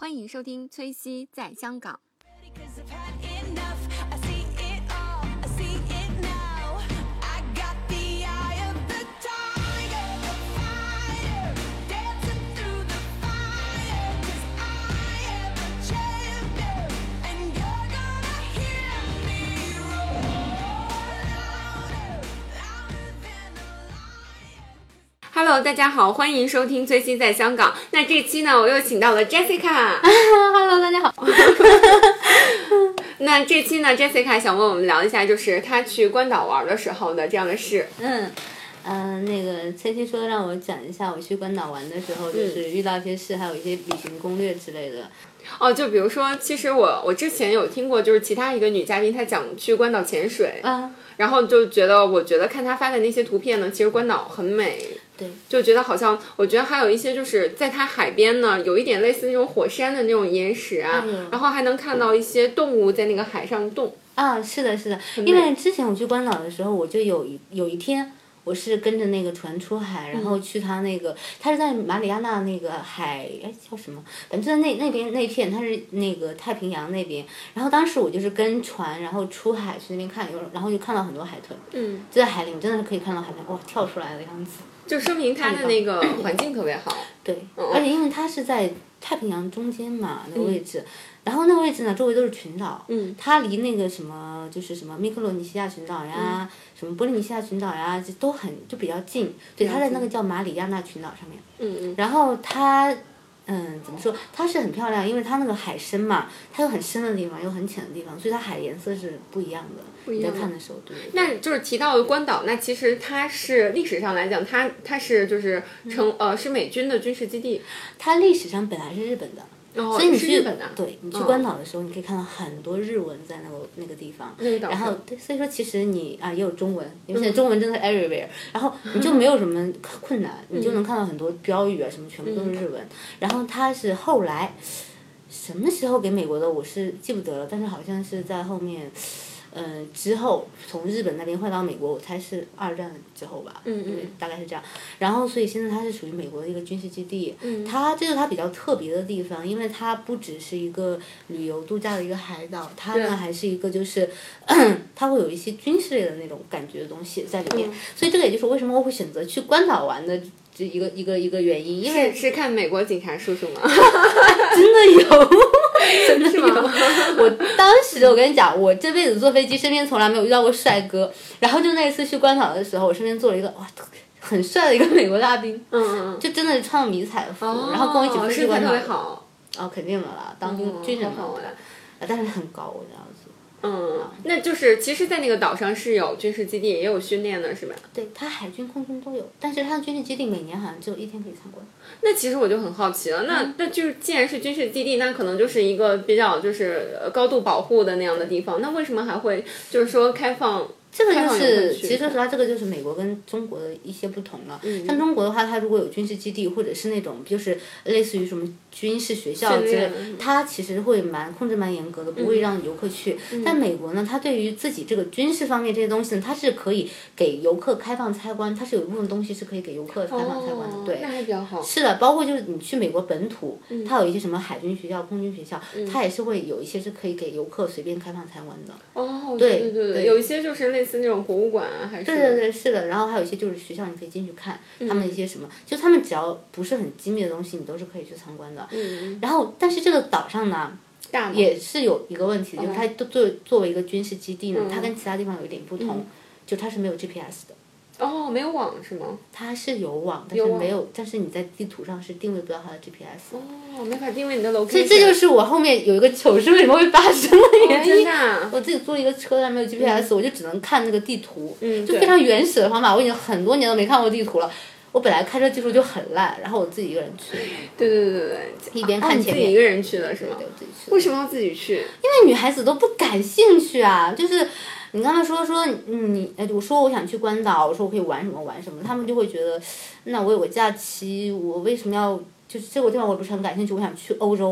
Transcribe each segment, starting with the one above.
欢迎收听崔西在香港。Hello， 大家好，欢迎收听崔西在香港。那这期呢，我又请到了 Jessica。Hello， 大家好。 那这期呢 ，Jessica 想问我们聊一下，就是她去关岛玩的时候的这样的事。 那个崔西说让我讲一下我去关岛玩的时候，就是遇到一些事，还有一些旅行攻略之类的。 就比如说，其实我之前有听过，就是其他一个女嘉宾她讲去关岛潜水。然后就我觉得看她发的那些图片呢，其实关岛很美。 对， 就觉得好像，我觉得还有一些就是在它海边呢，有一点类似那种火山的那种岩石啊，然后还能看到一些动物在那个海上动。 是的，是的，因为之前我去关岛的时候，我就有一天。我是跟着那个船出海，然后去它那个，它是在马里亚纳那个海，叫什么？反正在那边那片，它是那个太平洋那边。然后当时我就是跟船，然后出海去那边看，然后就看到很多海豚。就在海里，真的是可以看到海豚，哇，跳出来的样子。 就说明它的那个环境特别好。 对，而且因为它是在太平洋中间嘛，那个位置。然后那个位置呢，周围都是群岛，它离那个什么就是什么密克罗尼西亚群岛呀，什么波利尼西亚群岛呀，就比较近。对，它在那个叫马里亚纳群岛上面。然后它，怎么说？它是很漂亮，因为它那个海深嘛，它有很深的地方，有很浅的地方，所以它海颜色是不一样的。你在看的时候，对。 那就是提到关岛，那其实它是历史上来讲，它是就是是美军的军事基地。 它历史上本来是日本的。所以你去对你去关岛的时候，你可以看到很多日文在那个地方。然后对，所以说其实你也有中文，因为现在中文真的是 everywhere。然后你就没有什么困难，你就能看到很多标语啊什么，全部都是日文。然后它是后来什么时候给美国的，我是记不得了，但是好像是在后面。之后从日本那边换到美国，我猜是2战之后吧，大概是这样。然后所以现在它是属于美国的一个军事基地，这是它比较特别的地方，因为它不只是一个旅游度假的一个海岛，它呢还是一个就是它会有一些军事类的那种感觉的东西在里面，所以这个也就是为什么我会选择去关岛玩的这一个原因，因为是看美国警察叔叔吗？ 真的有。真的有，我当时我跟你讲，我这辈子坐飞机身边从来没有遇到过帅哥，然后就那次去关岛的时候，我身边坐了一个很帅的一个美国大兵，就真的是穿了迷彩服，然后跟我一起飞去关岛。 身材特别好。 肯定的啦，当军人嘛，但是很高这样子。 那就是其实在那个岛上是有军事基地，也有训练的是吧？ 对，它海军空军都有，但是它的军事基地每年好像只有1天可以参观。 那其实我就很好奇了，那就是既然是军事基地，那可能就是一个比较就是高度保护的那样的地方，那为什么还会就是说开放？ 这个就是其实说实话，这个就是美国跟中国的一些不同了。像中国的话，它如果有军事基地或者是那种就是类似于什么军事学校之类，它其实会控制蛮严格的，不会让游客去。但美国呢，它对于自己这个军事方面这些东西呢，它是可以给游客开放参观，它是有一部分东西是可以给游客开放参观的。对， 那还比较好。 是的，包括就是你去美国本土，它有一些什么海军学校、空军学校，它也是会有一些是可以给游客随便开放参观的。 对，有一些就是类似那种博物馆啊，还是对，是的。然后还有一些就是学校，你可以进去看他们一些什么，就他们只要不是很机密的东西，你都是可以去参观的。然后，但是这个岛上呢，也是有一个问题，就是它作为一个军事基地呢，它跟其他地方有一点不同，就它是没有 GPS 的。 没有网是吗？ 它是有网，但是没有，但是你在地图上是定位不到它的 GPS。 没法定位你的 location。 所以这就是我后面有一个糗事为什么会发生的原因。 真的。 我自己租了一个车，但没有 GPS，我就只能看那个地图，就非常原始的方法。我已经很多年都没看过地图了。我本来开车技术就很烂，然后我自己一个人去。 对。 一边看前面。 你自己一个人去的是吗？ 对，我自己去。 为什么要自己去？因为女孩子都不感兴趣啊，就是。你刚才说我说我想去关岛，我说我可以玩什么，他们就会觉得，那我有个假期，我为什么要就是这个地方我不是很感兴趣，我想去欧洲，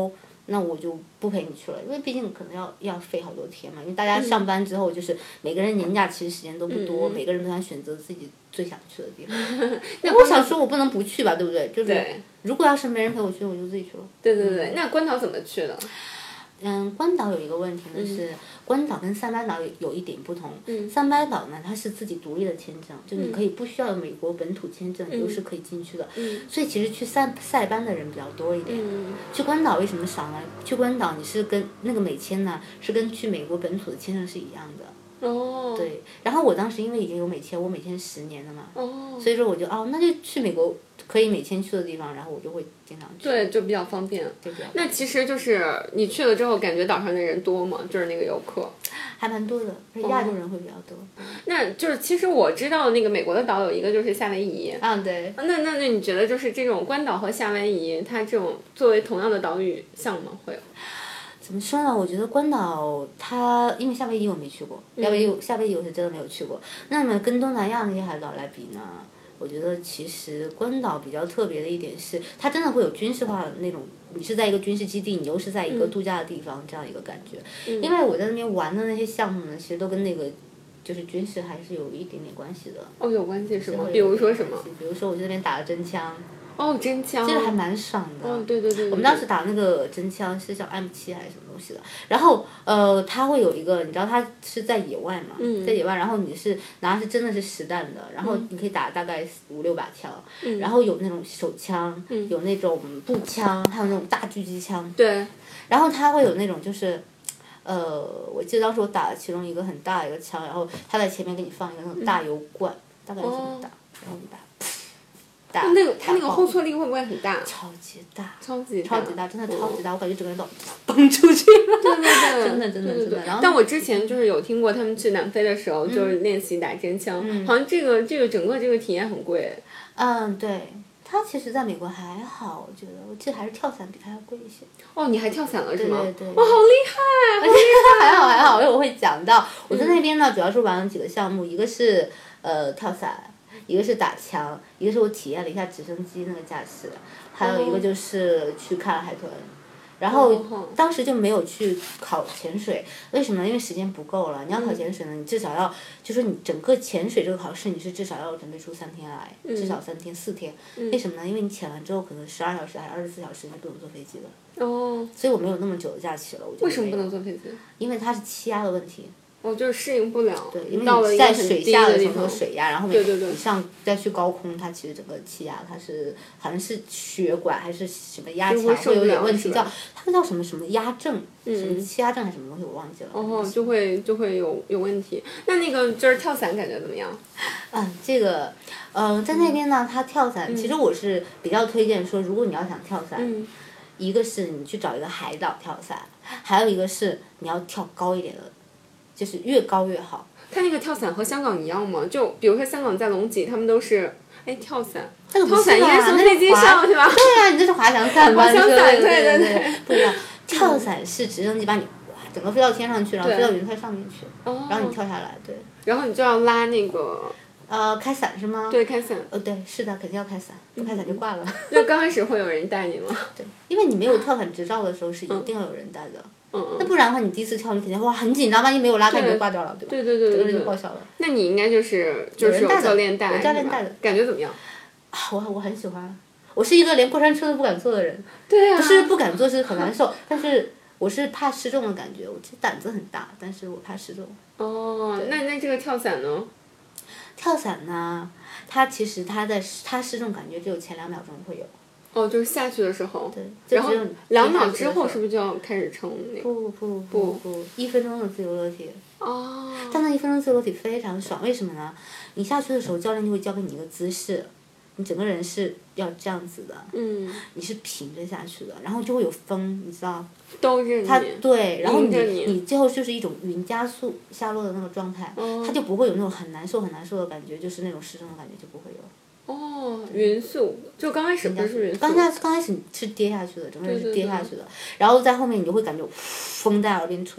那我就不陪你去了，因为毕竟可能要飞好多天嘛。因为大家上班之后，就是每个人年假其实时间都不多，每个人都想选择自己最想去的地方。那我想说，我不能不去吧，对不对？就是如果要是没人陪我去，我就自己去了。 对，那关岛怎么去的？ 关岛有一个问题呢是，关岛跟三班岛有一点不同。三班岛呢，它是自己独立的签证，就你可以不需要有美国本土签证，你都是可以进去的。所以其实去塞班的人比较多一点。去关岛为什么少呢？去关岛你是跟那个美签呢，是跟去美国本土的签证是一样的。对，然后我当时因为已经有美签，我美签10年了嘛。所以说我就那就去美国可以美签去的地方，然后我就会经常去。 对，就比较方便。那其实就是你去了之后，感觉岛上的人多吗？就是那个游客。 还蛮多的，亚洲人会比较多。 那就是其实我知道那个美国的岛有一个就是夏威夷。 对。 那你觉得就是这种关岛和夏威夷，它这种作为同样的岛屿像吗？会有？ 怎么说呢？我觉得关岛它，因为夏威夷我没去过，夏威夷我是真的没有去过。那么跟东南亚那些海岛来比呢？我觉得其实关岛比较特别的一点是，它真的会有军事化的那种，你是在一个军事基地，你又是在一个度假的地方，这样一个感觉。因为我在那边玩的那些项目呢，其实都跟那个就是军事还是有一点点关系的。 有关系是吗？比如说什么？ 比如说我在那边打了真枪。 真枪， 这个还蛮爽的。 对。 我们当时打那个真枪是叫 M7还是什么东西的，然后它会有一个，你知道它是在野外嘛，在野外，然后你是拿是真的是实弹的，然后你可以打大概5-6把枪，然后有那种手枪，有那种步枪，还有那种大狙击枪。 对。 然后它会有那种就是，我记得当时我打了其中一个很大的一个枪，然后它在前面给你放一个那种大油罐，大概是这么大，然后你打。 它那个后坐力会不会很大？ 超级大， 超级大，真的超级大，我感觉整个人都蹦出去了。 对， 真的。 但我之前就是有听过他们去南非的时候，就是练习打真枪，好像这个整个这个体验很贵。 对，它其实在美国还好，我觉得，我记得还是跳伞比它要贵一些。 你还跳伞了是吗？ 对。 哇，好厉害！ 还好，因为我会讲到，我在那边呢，主要是玩了几个项目，一个是跳伞。一个是打枪，一个是我体验了一下直升机那个驾驶，还有一个就是去看海豚，然后当时就没有去考潜水，为什么呢？因为时间不够了。你要考潜水呢，你至少要，就是你整个潜水这个考试，你是至少要准备出3天来，至少3天4天。为什么呢？因为你潜完之后可能12小时还是24小时你不能坐飞机的。所以我没有那么久的假期了，我就。 为什么不能坐飞机？ 因为它是气压的问题。 就是适应不了。 对，因为你在水下的时候水压，然后你上再去高空，它其实整个气压它是好像是血管还是什么压强会有点问题，它叫什么压症，什么气压症还是什么东西我忘记了。 就会有问题。那个就是跳伞感觉怎么样？ 这个在那边呢，它跳伞其实我是比较推荐说，如果你要想跳伞，一个是你去找一个海岛跳伞，还有一个是你要跳高一点的。就是越高越好。 它那个跳伞和香港一样吗？就比如说香港在龙脊，他们都是跳伞。 跳伞应该是从飞机上是吧？ 对呀，你这是滑翔伞吧？ 滑翔伞， 对，不一样。跳伞是直升机把你整个飞到天上去，然后飞到云彩上面去，然后你跳下来，对。 然后你就要拉那个。 开伞是吗？ 对，开伞。 对，是的，肯定要开伞，不开伞就挂了。 那刚开始会有人带你吗？ 对，因为你没有跳伞执照的时候是一定要有人带的。那不然的话，你第一次跳，你肯定很紧张，万一没有拉开你就挂掉了，对吧？ 对， 整个人就报销了。 那你应该就是有教练带， 有教练带的， 感觉怎么样？ 我很喜欢，我是一个连过山车都不敢坐的人。 对啊。 不是不敢坐，是很难受，但是我是怕失重的感觉，我其实胆子很大，但是我怕失重。 那这个跳伞呢？ 跳伞呢，它其实它失重感觉只有前2秒钟会有。 就是下去的时候。 对。 然后2秒之后是不是就要开始撑那个？ 不，1分钟的自由落体。但那1分钟自由落体非常爽，为什么呢？你下去的时候，教练就会教给你一个姿势，你整个人是要这样子的。你是平着下去的，然后就会有风，你知道。 兜着你。 对，然后你最后就是一种匀加速下落的那个状态，它就不会有那种很难受的感觉，就是那种失重的感觉就不会有。 匀速，就刚开始不是匀速。 刚开始是跌下去的，整个人是跌下去的，然后在后面你就会感觉风在耳边吹，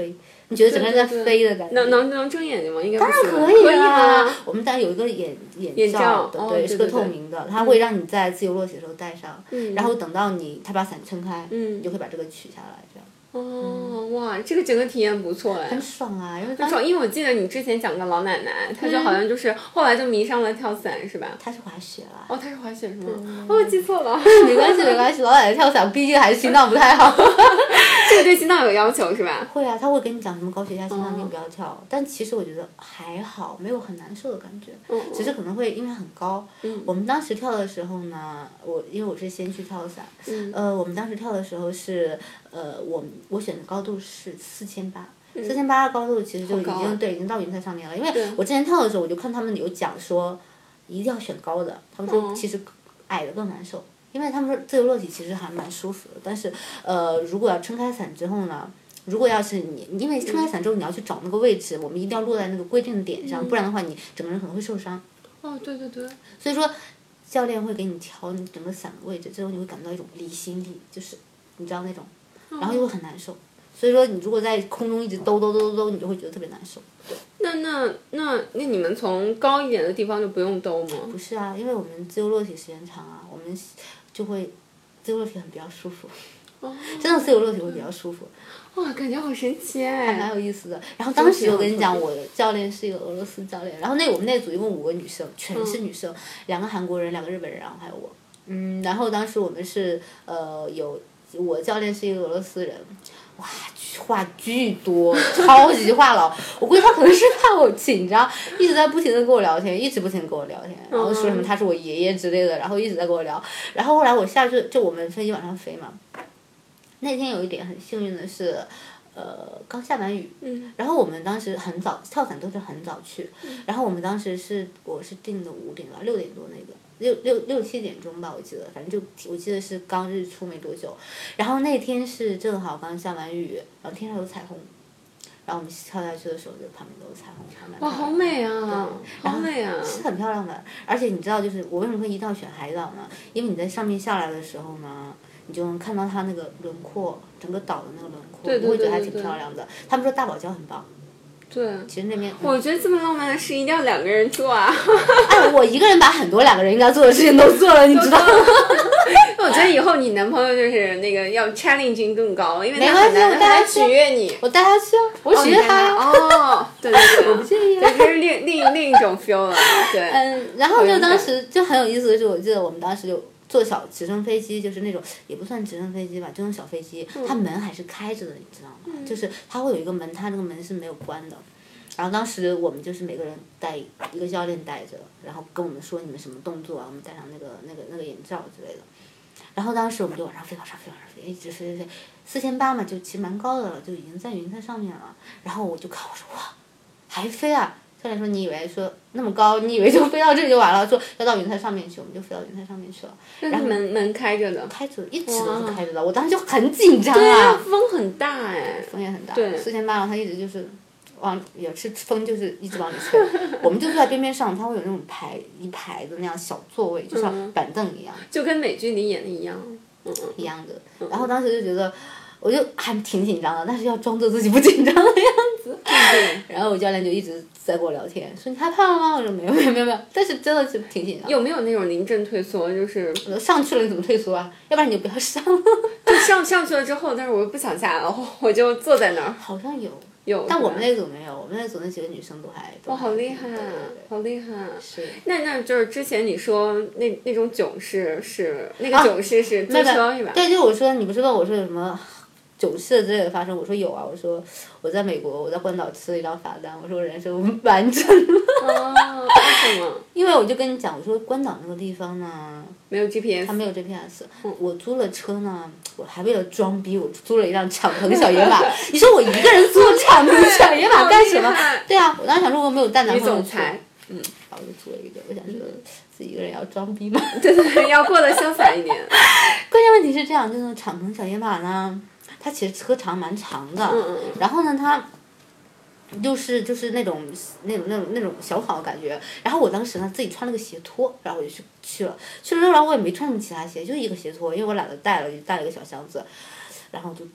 你觉得整个人在飞的感觉。 能睁眼睛吗？应该当然可以啊。我们当然有一个眼罩的，对，是个透明的，它会让你在自由落体的时候戴上，然后等到他把伞撑开，你就可以把这个取下来，这样。 哇，这个整个体验不错哎， 很爽啊， 很爽。因为我记得你之前讲个老奶奶，她就好像就是后来就迷上了跳伞，是吧？ 她是滑雪啦。 她是滑雪是吗？我记错了。 没关系，老奶奶跳伞毕竟还是心脏不太好。 这个对心脏有要求是吧？ 会啊，他会跟你讲什么高血压、心脏病不要跳，但其实我觉得还好，没有很难受的感觉，只是可能会因为很高。我们当时跳的时候呢，因为我是先去跳伞，我们当时跳的时候是我选的高度是4800高度，其实就已经到云彩上面了。因为我之前跳的时候，我就看他们有讲说，一定要选高的，他们说其实矮的更难受。因为他们说自由落体其实还蛮舒服的，但是如果要撑开伞之后呢，如果要是因为撑开伞之后你要去找那个位置，我们一定要落在那个规定的点上，不然的话你整个人可能会受伤。 对。 所以说，教练会给你调你整个伞的位置，之后你会感到一种离心力，就是你知道那种，然后又会很难受。所以说你如果在空中一直兜，你就会觉得特别难受。 那你们从高一点的地方就不用兜吗？ 不是啊，因为我们自由落体时间长啊，我们就会自由落体比较舒服。真的自由落体会比较舒服。 哇，感觉好神奇哎！ 还蛮有意思的。然后当时我跟你讲，我的教练是一个俄罗斯教练，然后我们那组一共5个女生，全是女生，2个韩国人，2个日本人，然后还有我。然后当时我们是我教练是一个俄罗斯人，哇，话巨多，超级话痨。我估计他可能是怕我紧张，一直在不停的跟我聊天，然后说什么他是我爷爷之类的，然后一直在跟我聊。然后后来我下去，就我们飞机往上飞嘛。那天有一点很幸运的是，刚下完雨，然后我们当时很早跳伞都是很早去，然后我们当时我是定的5点吧，6点多那个。6、7点钟吧，我记得，反正我记得是刚日出没多久，然后那天是正好刚下完雨，然后天上有彩虹，然后我们跳下去的时候，就旁边都是彩虹， 哇，好美啊！好美啊！ 是很漂亮的，而且你知道，就是我为什么会一定要选海岛呢？因为你在上面下来的时候呢，你就能看到它那个轮廓，整个岛的那个轮廓，你会觉得还挺漂亮的。他们说大堡礁很棒。 对， 其实那边我觉得这么浪漫的事一定要2个人做啊！ 哎，我一个人把很多2个人应该做的事情都做了，你知道吗？ 我觉得以后你男朋友就是那个要 challenge 更高，因为他很难取悦你。 我带他去啊，我取悦他哦，对， 我不介意。 对，这是另一种 feel 了，对。 然后就当时就很有意思的是，我记得我们当时就坐小直升飞机，就是那种也不算直升飞机吧，就那种小飞机，它门还是开着的，你知道吗？就是它会有一个门，它这个门是没有关的。然后当时我们就是每个人带一个教练带着，然后跟我们说你们什么动作啊，我们戴上那个眼罩之类的。然后当时我们就往上飞，一直飞，4800嘛，就其实蛮高的了，就已经在云彩上面了。然后我就看，我说哇，还飞啊！教练说你以为说那么高，你以为就飞到这里就完了？说要到云彩上面去，我们就飞到云彩上面去了。 然后门开着的， 开着，一直都是开着的。我当时就很紧张啊。 对啊，风很大哎， 风也很大。 对 ，4800，它一直就是也是风就是一直往里吹。我们就坐在边边上，它会有那种一排的那样小座位，就像板凳一样。 就跟美剧里演的一样。 一样的。然后当时就觉得。我就还挺紧张的，但是要装作自己不紧张的样子。 对。 然后我教练就一直在跟我聊天，说你害怕了吗？我说没有，但是真的是挺紧张。 有没有那种临阵退缩？就是我都上去了，你怎么退缩啊？要不然你就不要上。 就上去了之后，但是我又不想下来，我就坐在那儿。 好像有， 但我们那组没有，我们那组那几个女生都还。 哇，好厉害，好厉害！ 是。 那就是之前你说那种囧事是那个囧事是坐车是吧？ 对，就我说你不是问我说有什么囧事之类的发生，我说有啊，我说我在美国，我在关岛吃了一张罚单，我说我人生完整了。 为什么？ 因为我就跟你讲，我说关岛那个地方呢， 没有 GPS， 它没有 GPS。我租了车呢，我还为了装逼，我租了一辆敞篷小野马。你说我一个人租敞篷小野马干什么？对啊，我当时想说我没有带男朋友去，然后就租了一个，我想说自己一个人要装逼嘛。 对，要过得潇洒一点。 关键问题是这样，就是敞篷小野马呢。它其实车长蛮长的，然后呢，它就是那种小跑感觉。然后我当时呢自己穿了个鞋拖，然后我就去了之后，然后我也没穿什么其他鞋，就一个鞋拖，因为我懒得带了，就带了一个小箱子，然后就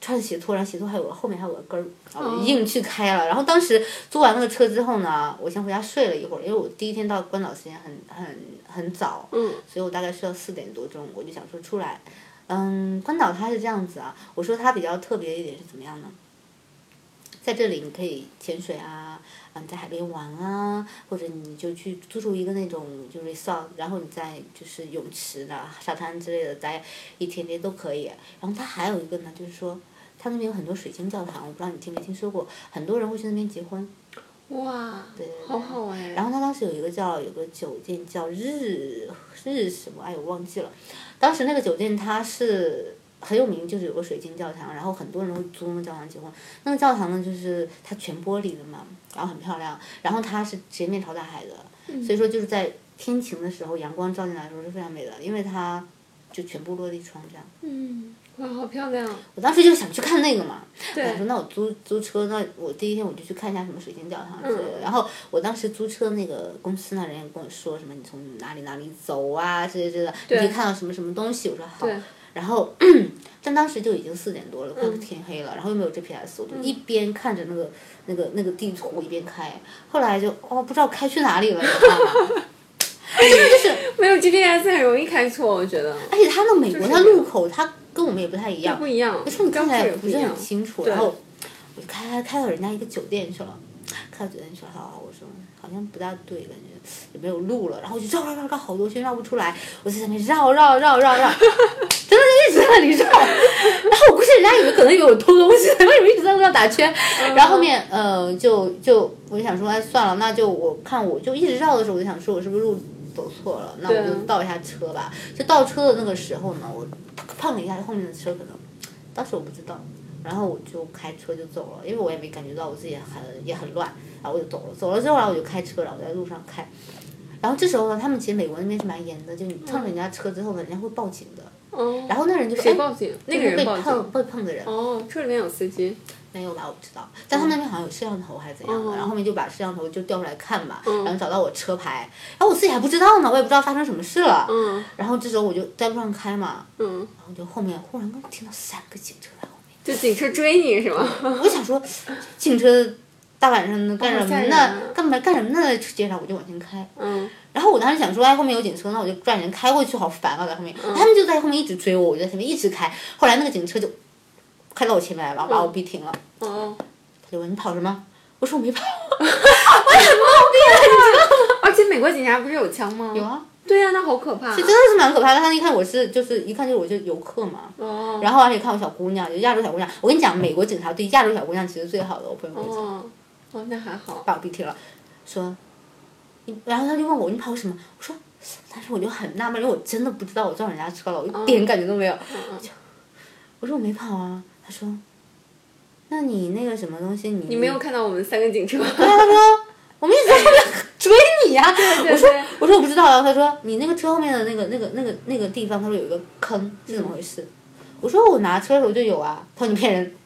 穿着鞋拖，然后鞋拖后面还有个跟儿，然后硬去开了。然后当时租完那个车之后呢，我先回家睡了一会儿，因为我第一天到关岛时间很早，所以我大概睡到4点多钟，我就想说出来。关岛它是这样子啊，我说它比较特别一点是怎么样呢？在这里你可以潜水啊，你在海边玩啊，或者你就去租住一个那种就是 resort， 然后你在就是泳池的沙滩之类的待一天天都可以。然后它还有一个呢，就是说它那边有很多水晶教堂，我不知道你听没听说过，很多人会去那边结婚。 哇， 对， 好好哎。 然后他当时有个酒店叫日什么，哎我忘记了。当时那个酒店它是很有名，就是有个水晶教堂，然后很多人会租那个教堂结婚。那个教堂呢，就是它全玻璃的嘛，然后很漂亮，然后它是直接面朝大海的，所以说就是在天晴的时候，阳光照进来的时候是非常美的，因为它就全部落地窗这样。 哇，好漂亮！ 我当时就想去看那个嘛， 我说那我租车，那我第一天我就去看一下什么水晶教堂之类的。然后我当时租车那个公司呢，人家跟我说什么你从哪里走啊之类的，你可以看到什么什么东西。我说好。然后，但当时就已经4点多了，快天黑了，然后又没有 GPS，我就一边看着那个地图一边开。后来就不知道开去哪里了，你知道吗？真的就是没有 GPS 很容易开错，我觉得。 而且它那美国，它路口它跟我们也不太一样， 不一样， 而且你看起来也不是很清楚。然后我就开到人家一个酒店去了，好，我说好像不大对，感觉也没有路了，然后我就绕好多圈绕不出来，我在那边绕，真的就一直在那里绕。然后我估计人家可能以为我偷东西，为什么一直在那打圈？然后后面就我就想说，算了，那就我就一直绕的时候，我就想说我是不是路走错了，那我就倒一下车吧。就倒车的那个时候呢，我碰了一下后面的车，可能当时我不知道，然后我就开车就走了，因为我也没感觉到我自己也很乱，然后我就走了之后，然后我就开车了，我在路上开。然后这时候呢，他们其实美国那边是蛮严的，就你碰了人家车之后呢，人家会报警的。然后那人就说：“ 谁报警？那个人报警。 被碰的人。 车里面有司机。 没有吧？我不知道。但他们那边好像有摄像头还是怎样的，然后后面就把摄像头就调出来看嘛，然后找到我车牌，然后我自己还不知道呢，我也不知道发生什么事了。然后这时候我就在路上开嘛，然后就后面忽然听到3个警车在后面。 就警车追你是吗？ 我想说，警车大晚上的干什么呢？干什么呢？街上我就往前开。然后我当时想说，后面有警车，那我就转人开过去，好烦啊，在后面。他们就在后面一直追我，我就在前面一直开。后来那个警车就开到我前面来了，把我逼停了。他就问你跑什么？我说我没跑。我很冒昧，你知道吗？ 而且美国警察不是有枪吗？ 有啊。 对呀，那好可怕。 是真的是蛮可怕的，他一看我是一看就是我就游客嘛。然后而且看我小姑娘，就亚洲小姑娘。我跟你讲，美国警察对亚洲小姑娘其实最好的，我朋友会讲。 那还好。 把我逼停了，说。然后他就问我你跑什么？我说，但是我就很纳闷，因为我真的不知道我撞人家车了，我一点感觉都没有。我说我没跑啊。他说，那你那个什么东西你没有看到我们3个警车？ 对啊，他说我们一直在后面追你呀。我说我不知道啊。他说你那个车后面的那个地方，他说有一个坑，是怎么回事？我说我拿车的时候就有啊。他说你骗人。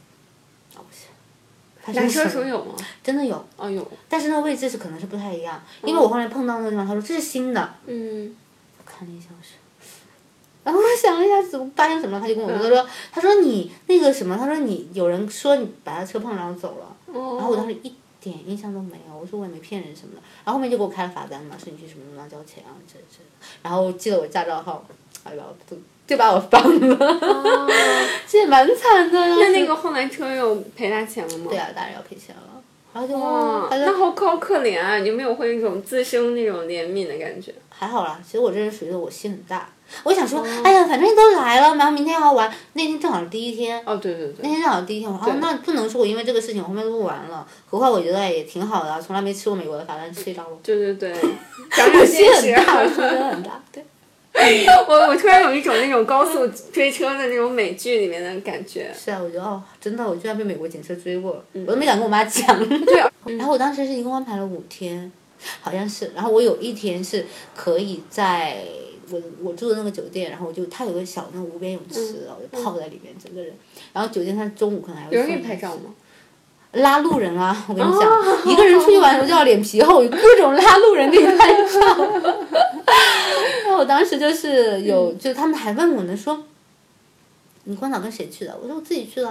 拿车的时候有吗？ 真的有。 有。 但是那个位置可能是不太一样，因为我后面碰到那个地方，他说这是新的。我看了一下，然后我想了一下怎么发生什么，他就跟我说，他说你那个什么，他说你有人说你把他车碰然后走了，然后我当时一点印象都没有，我说我也没骗人什么的，然后后面就给我开了罚单嘛，说你去什么地方交钱啊这，然后记了我驾照号，就把我放了，这也蛮惨的。 那个后来车又赔他钱了吗？ 对啊，当然要赔钱了。然后就那好可怜啊！你没有会那种自生那种怜悯的感觉？ 还好啦，其实我这人属于我心很大，我想说，哎呀，反正都来了，然后明天要玩，那天正好是第一天。 对。 那天正好是第一天，我说那不能说我因为这个事情我后面都不玩了，何况我觉得也挺好的，从来没吃过美国的罚单，吃一张了。 对。 我心很大，我心真的很大，对。 我突然有一种那种高速追车的那种美剧里面的感觉。 是啊，我觉得真的，我居然被美国警车追过，我都没敢跟我妈讲。 对。 然后我当时是一共安排了5天，好像是，然后我有1天是可以在我住的那个酒店，然后它有个小那个无边泳池，我就泡在里面整个人。然后酒店它中午可能还会有人给你拍照吗？ 拉路人啊！我跟你讲，一个人出去玩的时候就要脸皮厚，各种拉路人给你拍照。然后我当时就是就他们还问我呢，说你关岛跟谁去的？我说我自己去的。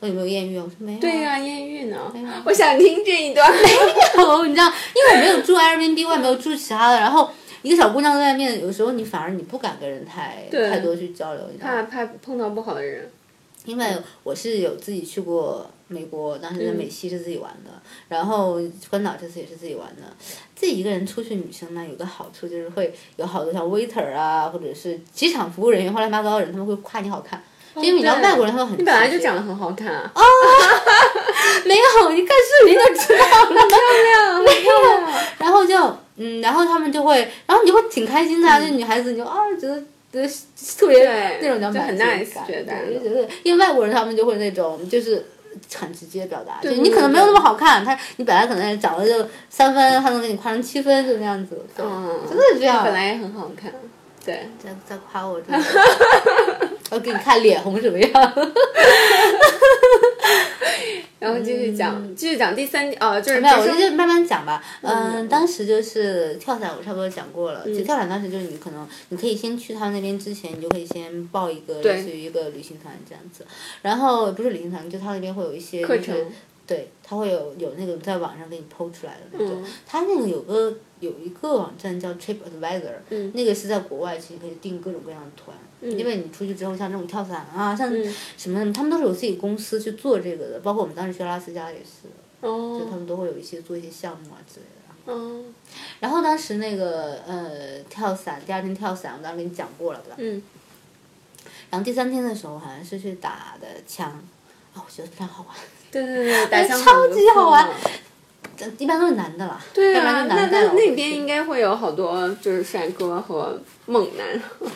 我有没有艳遇？我说没有。 对呀，艳遇呢？我想听这一段。 没有，你知道，因为我没有住 Airbnb，我也没有住其他的，然后一个小姑娘在外面，有时候你反而你不敢跟人太多去交流，你知道吗？ 怕碰到不好的人。 因为我是有自己去过美国，当时在美西是自己玩的，然后关岛这次也是自己玩的。自己一个人出去，女生呢有个好处就是会有好多像 waiter 啊，或者是机场服务人员、乱七八糟的人，他们会夸你好看。因为你知道外国人他们很。 你本来就长得很好看啊。 没有，你看视频就知道了。 漂亮， 没有。然后就然后他们就会，然后你就会挺开心的，就女孩子你就觉得。特别那种叫很 nice，觉得因为外国人他们就会那种就是很直接表达，就你可能没有那么好看，你本来可能长得就3分，他能给你夸成7分，就那样子，真的是这样。 本来也很好看，对。 在夸我，我给你看脸红什么样。 然后继续讲第三就是没有，我就慢慢讲吧。当时就是跳伞，我差不多讲过了。就跳伞当时就是你可以先去他那边之前，你就可以先报一个类似于一个旅行团这样子。然后不是旅行团，就他那边会有一些课程。 对，他会有那个在网上给你PO出来的那种。他那个有一个网站叫 TripAdvisor，那个是在国外其实可以订各种各样的团。因为你出去之后，像这种跳伞啊，像什么，他们都是有自己公司去做这个的，包括我们当时去阿拉斯加也是，就他们都会有做一些项目啊之类的。然后当时那个跳伞，第2天跳伞，我当时跟你讲过了，对吧？然后第3天的时候，好像是去打的枪，我觉得非常好玩。 对，打枪超级好玩。一般都是男的啦。 对啊，那边应该会有好多就是帅哥和猛男。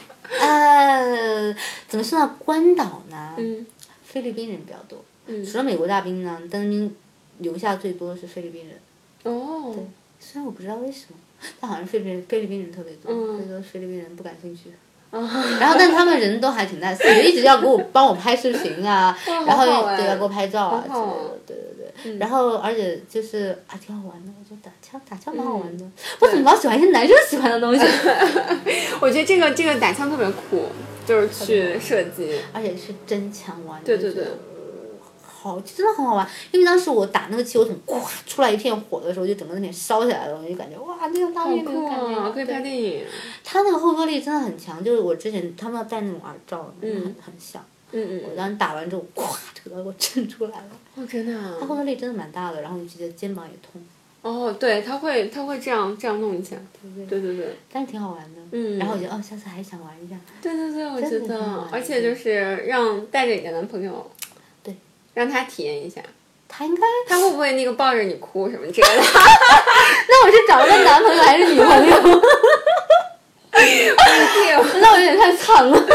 怎么说呢？关岛呢，菲律宾人比较多。除了美国大兵呢，当兵留下最多的是菲律宾人。对，虽然我不知道为什么，但好像菲律宾人特别多，所以说菲律宾人不感兴趣。然后，但他们人都还挺 nice，就一直要帮我拍视频啊，然后对要给我拍照啊之类的，对。然后，而且就是挺好玩的，我觉得打枪蛮好玩的。我怎么老喜欢一些男生喜欢的东西？ 我觉得这个打枪特别酷，就是去射击， 而且是真枪玩。 对。 真的很好玩，因为当时我打那个气球桶，出来一片火的时候，就整个那边烧起来了，我就感觉哇，那种大面那种感觉， 可以拍电影。 它那个后坐力真的很强，就是我之前他们要戴那种耳罩，很像。我当时打完之后，这个给我震出来了。 真的啊。 它后坐力真的蛮大的，然后你直接肩膀也痛。 对，他会这样弄一下。对。 但是挺好玩的。然后我就下次还想玩一下。 对，我觉得，而且就是带着你的男朋友。让他体验一下， 他会不会那个抱着你哭什么之类的？ 那我是找了个男朋友还是女朋友？那我有点太惨了。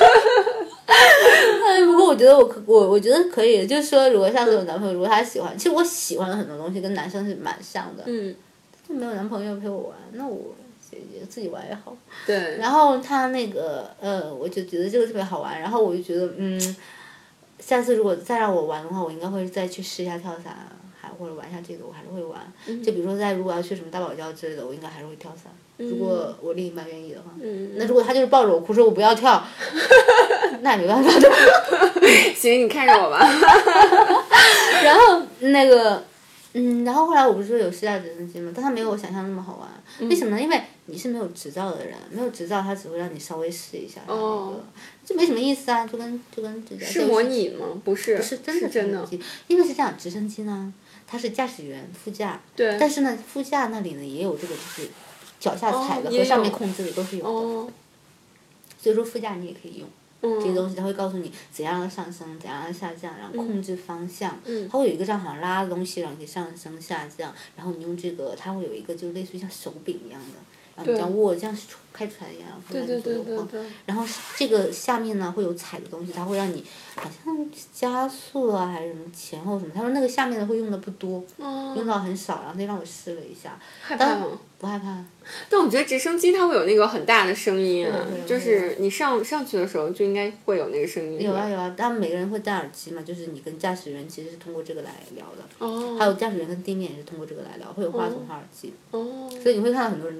不过我觉得我觉得可以，就是说如果下次有男朋友，如果他喜欢，其实我喜欢的很多东西跟男生是蛮像的。没有男朋友陪我玩，那我也自己玩也好。 对。 然后他那个我就觉得这个特别好玩，然后我就觉得下次如果再让我玩的话，我应该会再去试一下跳伞，或者玩一下这个，我还是会玩。就比如说如果要去什么大堡礁之类的，我应该还是会跳伞。如果我另一半愿意的话。那如果他就是抱着我哭说我不要跳，那也没办法。 行，你看着我吧。 然后那个然后后来我不是说有试驾直升机吗？但它没有我想象那么好玩。为什么呢？因为你是没有执照的人，没有执照，他只会让你稍微试一下。就没什么意思啊，就跟是模拟吗？不是， 是真的真的。 因为是这样，直升机呢，它是驾驶员副驾。 对。 但是呢，副驾那里呢也有这个，就是脚下踩的和上面控制的都是有的。所以说副驾你也可以用。这些东西它会告诉你怎样的上升，怎样的下降，然后控制方向。它会有一个这样好像拉的东西，让你可以上升下降。然后你用这个，它会有一个就类似于像手柄一样的，然后你这样握，这样开船一样，会让你左右晃。然后这个下面呢会有踩的东西，它会让你好像加速啊还是什么前后什么。他说那个下面的会用的不多，用到很少，然后他让我试了一下。 害怕吗？ 不害怕。 但我觉得直升机它会有那个很大的声音啊，就是你上去的时候就应该会有那个声音。 有啊，但每个人会戴耳机嘛，就是你跟驾驶员其实是通过这个来聊的。还有驾驶员跟地面也是通过这个来聊，会有话筒和耳机。所以你会看到很多人戴耳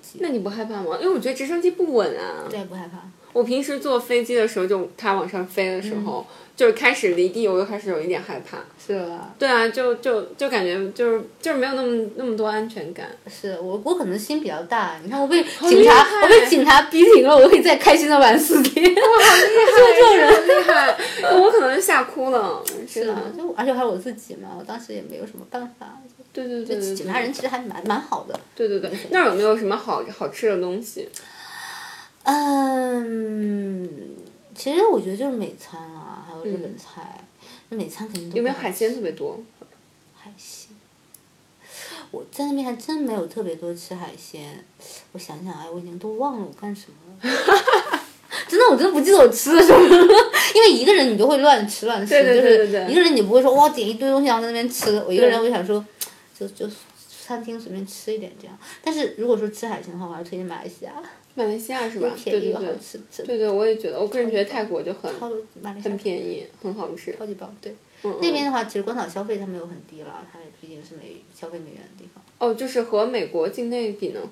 机。 那你不害怕吗？因为我觉得直升机不稳啊。 对，不害怕。 我平时坐飞机的时候，就它往上飞的时候，就是开始离地，我就开始有一点害怕。 是吧？ 对啊，就感觉就是没有那么多安全感。 是我可能心比较大，你看我被警察逼停了，我可以再开心的玩4天。 哇，好厉害！好厉害！我可能吓哭了。 是的，就而且还有我自己嘛，我当时也没有什么办法。 对， 警察人其实还蛮好的。 对，那儿有没有什么好吃的东西？ 其实我觉得就是美餐啊，还有日本菜。美餐肯定都有没有海鲜特别多？ 海鲜，我在那边还真没有特别多吃海鲜。我想想，我已经都忘了我干什么了。真的，我真的不记得我吃了什么了。因为一个人你就会乱吃， 对， 就是一个人你不会说哇点一堆东西然后在那边吃。我一个人我就想说，就餐厅随便吃一点这样。但是如果说吃海鲜的话，我还是推荐马来西亚。 马来西亚是吧？对，我也觉得，我个人觉得泰国就很便宜，很好吃， 超级棒。对，那边的话，其实关岛消费它没有很低了，它毕竟是消费美元的地方。 哦，就是和美国境内比呢？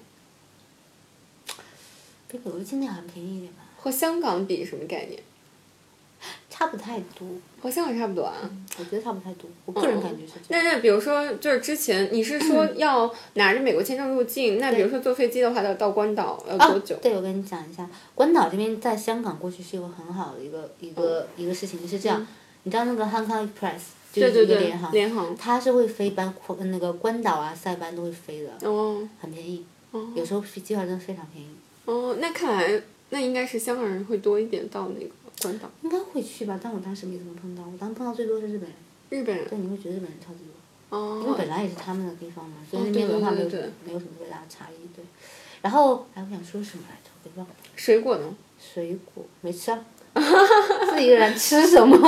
比美国境内好像便宜一点吧。 和香港比什么概念？ 差不太多。 和香港差不多啊？ 我觉得差不太多，我个人感觉是这样。那比如说，就是之前你是说要拿着美国签证入境，那比如说坐飞机的话，到关岛要多久？ 对，我跟你讲一下，关岛这边在香港过去是一个很好的一个事情，就是这样。你知道那个 Hong Kong Express 就是一个联航，它是会飞那个关岛啊、塞班都会飞的，很便宜，有时候机票真的非常便宜。 那看来那应该是香港人会多一点到那个关岛。 应该会去吧，但我当时没怎么碰到，我当时碰到最多是日本人。 日本人？ 对，你会觉得日本人超级多。因为本来也是他们的地方嘛，所以那边文化没有什么特别大的差异。对。然后，我想说什么来着？我给忘了。 水果呢？ 水果没吃啊。自己一个人吃什么？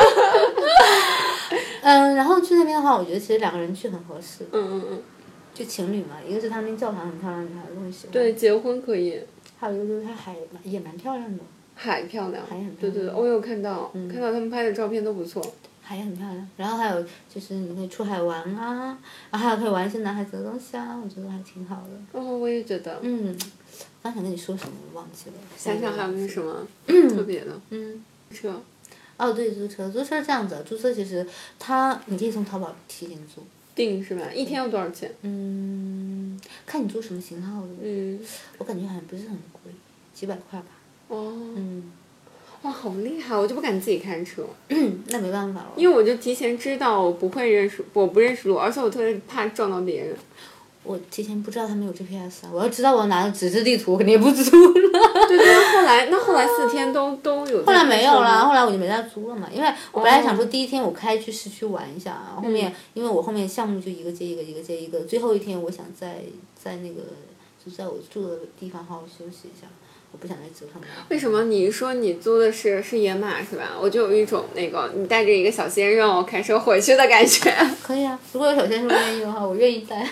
然后去那边的话，我觉得其实2个人去很合适。就情侣嘛，一个是他们教堂很漂亮，女孩子会喜欢。 对，结婚可以。 还有一个就是它海也蛮漂亮的。 海漂亮。 海很漂亮。 对，我有看到，看到他们拍的照片都不错。 海也很漂亮，然后还有就是你可以出海玩啊，然后还有可以玩一些男孩子的东西啊，我觉得还挺好的。 我也觉得。 刚想跟你说什么我忘记了。 想想还有没什么特别的？车。 对，租车是这样子，租车其实你可以从淘宝提前租。 订是吧？一天要多少钱？ 看你租什么型号的。我感觉好像不是很贵，几百块吧。 哇，好厉害！我就不敢自己开车。 那没办法了。 因为我就提前知道我不认识路，而且我特别怕撞到别人。 我提前不知道他们有 GPS 啊！我要知道我拿的纸质地图，我肯定也不租了。 对，后来4天都有。 后来没有了，后来我就没再租了嘛，因为我本来想说第一天我开去市区玩一下，后面因为我后面项目就一个接一个，最后一天我想在那个就在我住的地方好好休息一下。我不想再折腾了。 为什么你说你租的是野马是吧？我就有一种那个你带着一个小鲜肉开车回去的感觉。 可以啊，如果有小鲜肉愿意的话，我愿意带。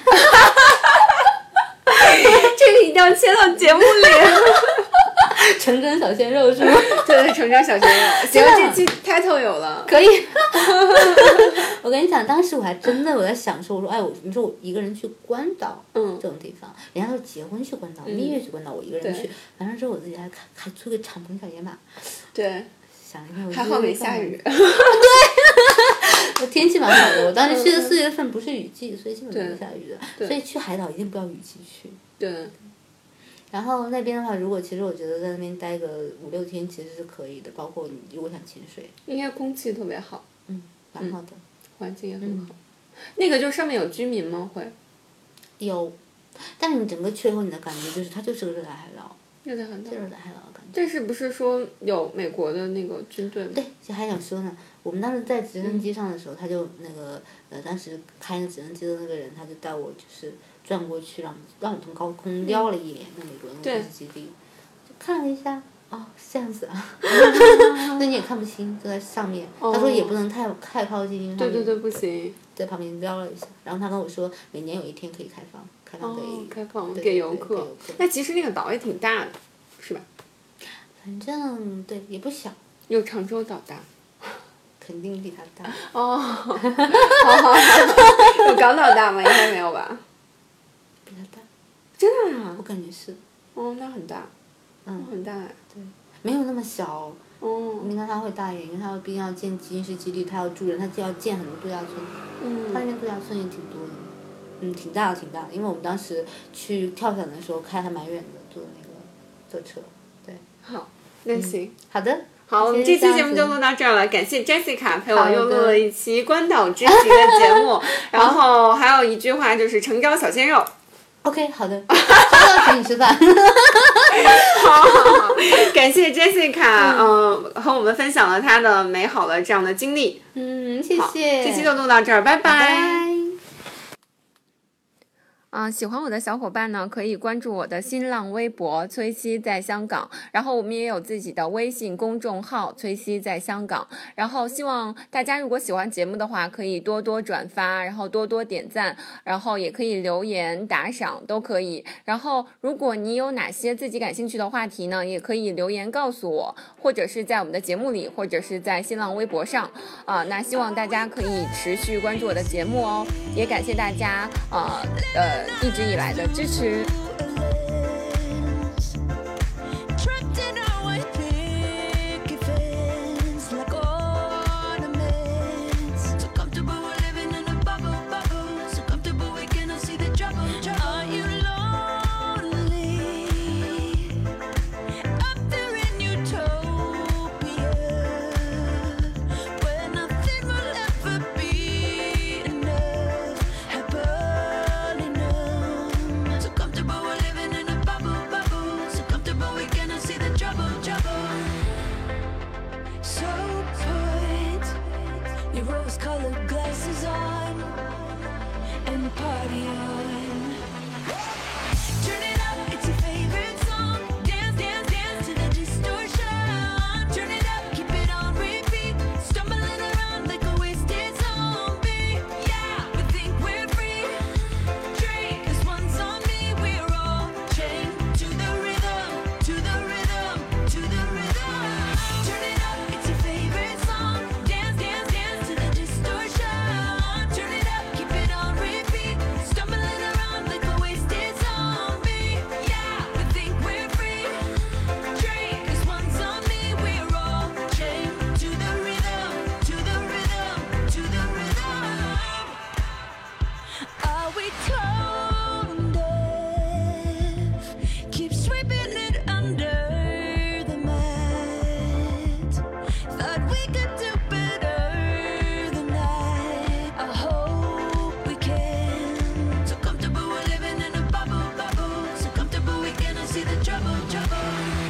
这个一定要切到节目里。 成真小鲜肉是吗？ 对，成真小鲜肉。行，这期 title 有了。 可以。我跟你讲，当时我还真的我在想说，我说你说我一个人去关岛这种地方，人家都结婚去关岛，蜜月去关岛，我一个人去，完了之后我自己还租个敞篷小野马。 对。 想一下，我还好没下雨。 对。我天气蛮好的，我当时去的4月份不是雨季，所以基本没下雨的。所以去海岛一定不要雨季去。 对。 然后那边的话，其实我觉得在那边待个5、6天其实是可以的，包括你如果想潜水。 应该空气特别好。 蛮好的。 环境也很好。那个就上面有居民吗？会。 有，但是你整个去以后，你的感觉就是它就是个热带海岛。 热带海岛。 热带海岛的感觉。 但是不是说有美国的那个军队吗？ 对，其实还想说呢，我们当时在直升机上的时候，他就那个当时开那直升机的那个人，他就带我就是转过去，让我从高空撩了一眼那美国那个军事基地，就看了一下。是这样子啊。那你也看不清，就在上面。他说也不能太靠近。 对，不行。 在旁边撩了一下，然后他跟我说，每年有一天可以开放给游客。那其实那个岛也挺大的，是吧？ 反正对，也不小。 有常州岛大。 肯定比它大。 好。有港岛大吗？应该没有吧。 比它大。 真的啊？ 我感觉是。 哦，那很大。很大哎。 对，没有那么小。你看它会大一点，因为它毕竟要建基因式基地，它要住人，它就要建很多度假村。它那边度假村也挺多的。挺大的。因为我们当时去跳伞的时候开还蛮远的，坐车。对。 好，那行。 好的。 好，我们这期节目就录到这儿了，感谢 Jessica 陪我又录了一期关岛之行的节目，然后还有一句话就是诚招小鲜肉。 OK， 好的，收到请你吃饭。 好，感谢 Jessica， 和我们分享了她的美好的这样的经历。 谢谢。 这期就录到这儿，拜拜。喜欢我的小伙伴呢，可以关注我的新浪微博崔西在香港，然后我们也有自己的微信公众号崔西在香港，然后希望大家如果喜欢节目的话，可以多多转发，然后多多点赞，然后也可以留言打赏都可以，然后如果你有哪些自己感兴趣的话题呢，也可以留言告诉我，或者是在我们的节目里，或者是在新浪微博上那希望大家可以持续关注我的节目哦，也感谢大家一直以来的支持。Rose-colored glasses on and party on. Turn it up, it's your favorite song. Dance, dance, dance to the distortion. Turn it up, keep it on repeat. Stumbling around like a wasted zombie. Yeah, we think we're free. Drink, 'cause one's on me. We're all chained to the rhythm, to the rhythm, to the rhythm. Turn it up, it's your favorite song. Dance, dance, dance to the distortion. Turn it up, keep it on repeat. Stumbling around like a wasted zombie. Yeah, we think we're free. Drink, 'cause one's on me. We're all chained to the rhythm, to the rhythm, to the rhythm. Are we tone deaf? Keep sweeping it under the mat. Thought we could do better than that. I hope we can. So comfortable we're living in a bubble, bubble. So comfortable we cannot see the trouble, trouble.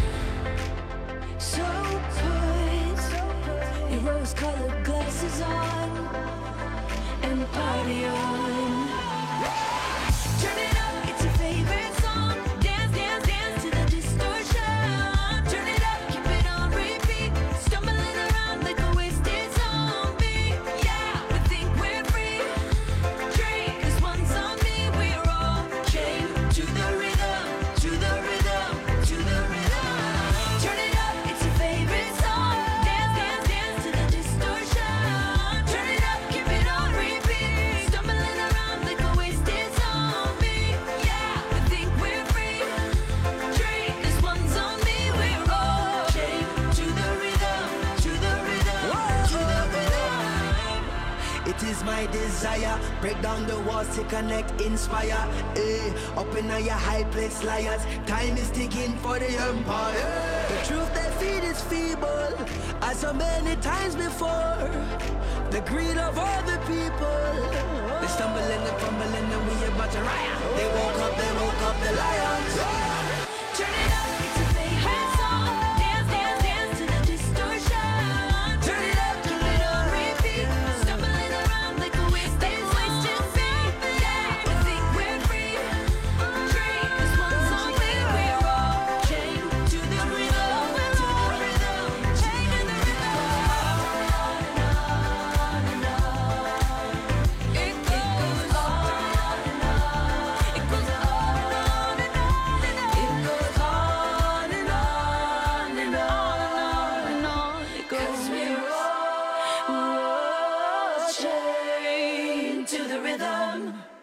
So put your rose-colored glasses on and party on. Turn it up, it's your favorite song. Dance, dance, dance to the distortion. Turn it up, keep it on repeat. Stumbling around like a wasted zombie. Yeah, we think we're free. Drink, 'cause one's on me. We're all chained to the rhythm, to the rhythm, to the rhythm. Turn it up, it's your favorite song. Dance, dance, dance to the distortion. Turn it up, keep it on repeat. Stumbling around like a wasted zombie. Yeah, we think we're free. Drink, 'cause one's on me. We're all chained to the rhythm, to the rhythm, to the rhythm. It is my desire, break down the walls to connect, inspire. Up in your high place, liars. Time is ticking for the empire. The truth they feed is feeble, as so many times before. The greed of all the people. They stumble and they fumble and then we about to riot. They woke up the lions. Turn it up, it's your favorite song. Dance, dance, dance to the distortion. Turn it up, keep it on repeat. Stumbling around like a wasted zombie. Yeah, we think we're free. Drink, 'cause one's on me. We're all chained to the rhythm, to the rhythm, chained to the rhythm. On and on and on. It goes on and on. It goes on and on and on and on. It goes on and on and on and on. It goes. 'Cause we're all chained to the rhythm.